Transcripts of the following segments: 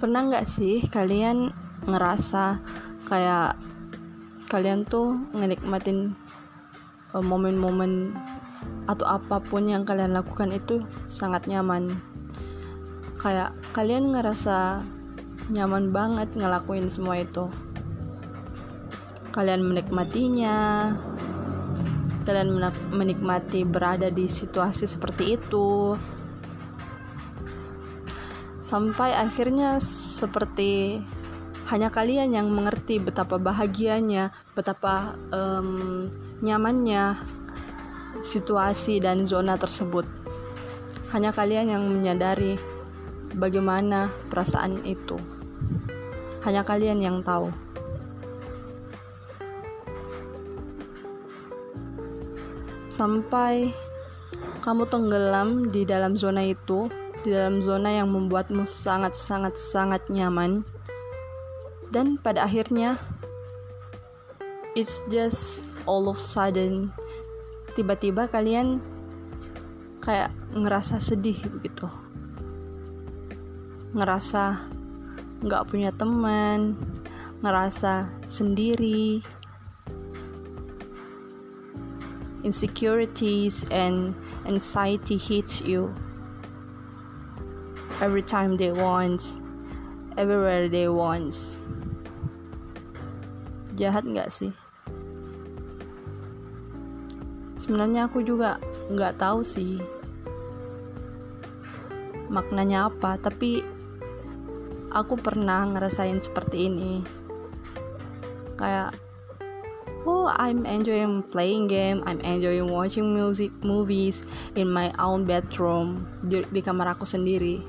Pernah nggak sih kalian ngerasa kayak kalian tuh ngenikmatin momen-momen atau apapun yang kalian lakukan itu sangat nyaman? Kayak kalian ngerasa nyaman banget ngelakuin semua itu. Kalian menikmatinya, kalian menikmati berada di situasi seperti itu, sampai akhirnya seperti hanya kalian yang mengerti betapa bahagianya, betapa nyamannya situasi dan zona tersebut. Hanya kalian yang menyadari bagaimana perasaan itu. Hanya kalian yang tahu. Sampai kamu tenggelam di dalam zona itu, di dalam zona yang membuatmu sangat nyaman. Dan pada akhirnya it's just all of sudden, tiba-tiba kalian kayak ngerasa sedih begitu, ngerasa gak punya teman, ngerasa sendiri. Insecurities and anxiety hits you every time they want, everywhere they want. Jahat gak sih? Sebenarnya aku juga gak tahu sih maknanya apa, tapi aku pernah ngerasain seperti ini. Kayak I'm enjoying playing game, I'm enjoying watching movies in my own bedroom, di kamar aku sendiri.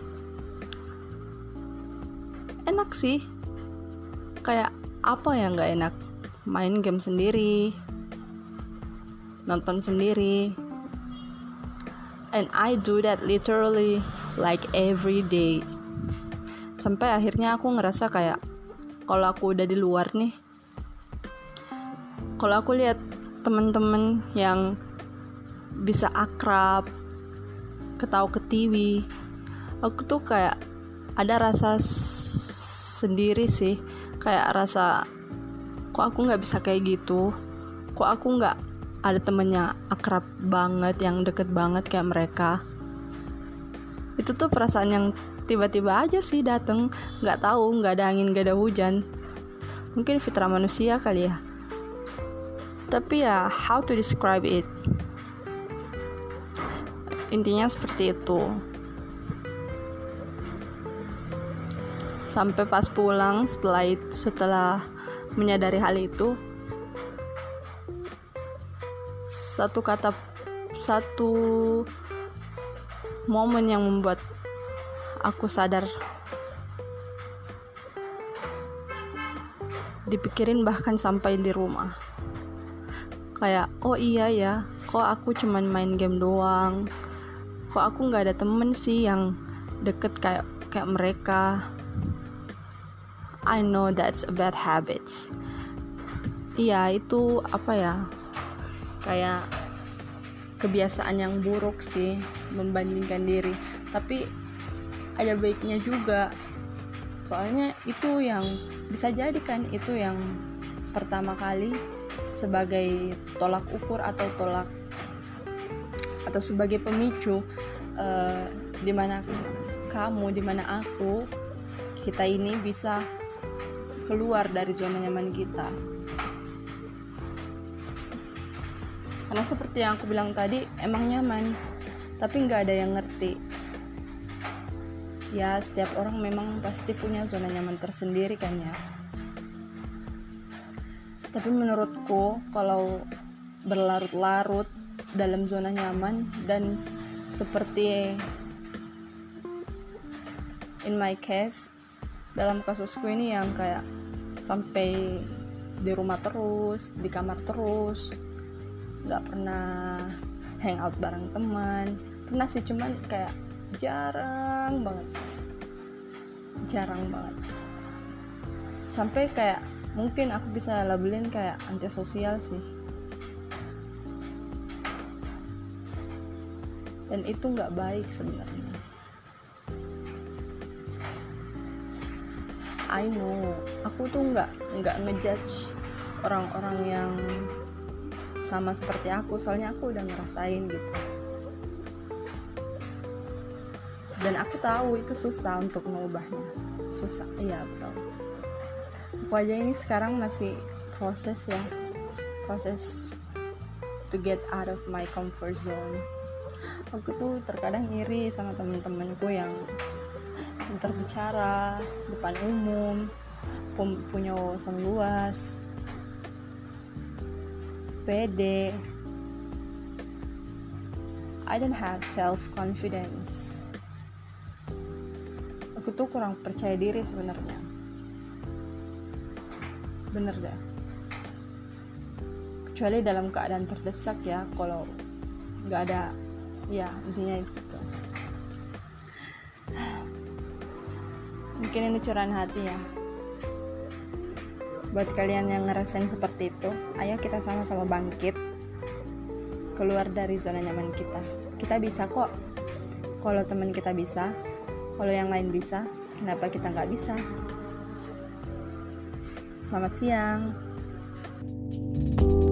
Enak sih, kayak apa yang gak enak? Main game sendiri, nonton sendiri, and I do that literally like every day. Sampai akhirnya aku ngerasa kayak kalau aku udah di luar nih, kalau aku lihat teman-teman yang bisa akrab, ketawa ketiwi, aku tuh kayak ada rasa sendiri sih, kayak rasa kok aku nggak bisa kayak gitu, kok aku nggak ada temennya akrab banget, yang deket banget kayak mereka. Itu tuh perasaan yang tiba-tiba aja sih dateng, nggak tahu, nggak ada angin, nggak ada hujan. Mungkin fitrah manusia kali ya. Tapi ya, how to describe it? Intinya seperti itu. Sampai pas pulang setelah menyadari hal itu, satu momen yang membuat aku sadar, dipikirin bahkan sampai di rumah. Kayak, oh iya ya, kok aku cuman main game doang, kok aku gak ada temen sih yang deket kayak mereka. I know that's a bad habits. Iya, itu apa ya, kayak kebiasaan yang buruk sih, membandingkan diri. Tapi ada baiknya juga, soalnya itu yang bisa jadikan itu yang pertama kali sebagai tolak ukur atau sebagai pemicu dimana kamu, dimana aku, kita ini bisa keluar dari zona nyaman kita. Karena seperti yang aku bilang tadi, emang nyaman, tapi gak ada yang ngerti. Ya, setiap orang memang pasti punya zona nyaman tersendiri kan ya. Tapi menurutku, kalau berlarut-larut dalam zona nyaman, dan seperti in my case, dalam kasusku ini yang kayak sampai di rumah terus, di kamar terus, gak pernah hangout bareng teman. Pernah sih, cuman kayak jarang banget. Sampai kayak mungkin aku bisa labelin kayak antisosial sih. Dan itu gak baik sebenarnya. I know aku tuh nggak ngejudge orang-orang yang sama seperti aku, soalnya aku udah ngerasain gitu. Dan aku tahu itu susah untuk mengubahnya, susah, iya aku tahu. Aku aja ini sekarang masih proses to get out of my comfort zone. Aku tuh terkadang iri sama temen-temenku yang pintar bicara depan umum, punya wawasan luas, pede. I don't have self-confidence. Aku tuh kurang percaya diri sebenarnya. Bener deh. Kecuali dalam keadaan terdesak ya, kalau nggak ada, ya intinya itu. Mungkin ini curahan hati ya. Buat kalian yang ngerasain seperti itu, ayo kita sama-sama bangkit, keluar dari zona nyaman kita. Kita bisa kok. Kalau teman kita bisa, kalau yang lain bisa, kenapa kita nggak bisa? Selamat siang.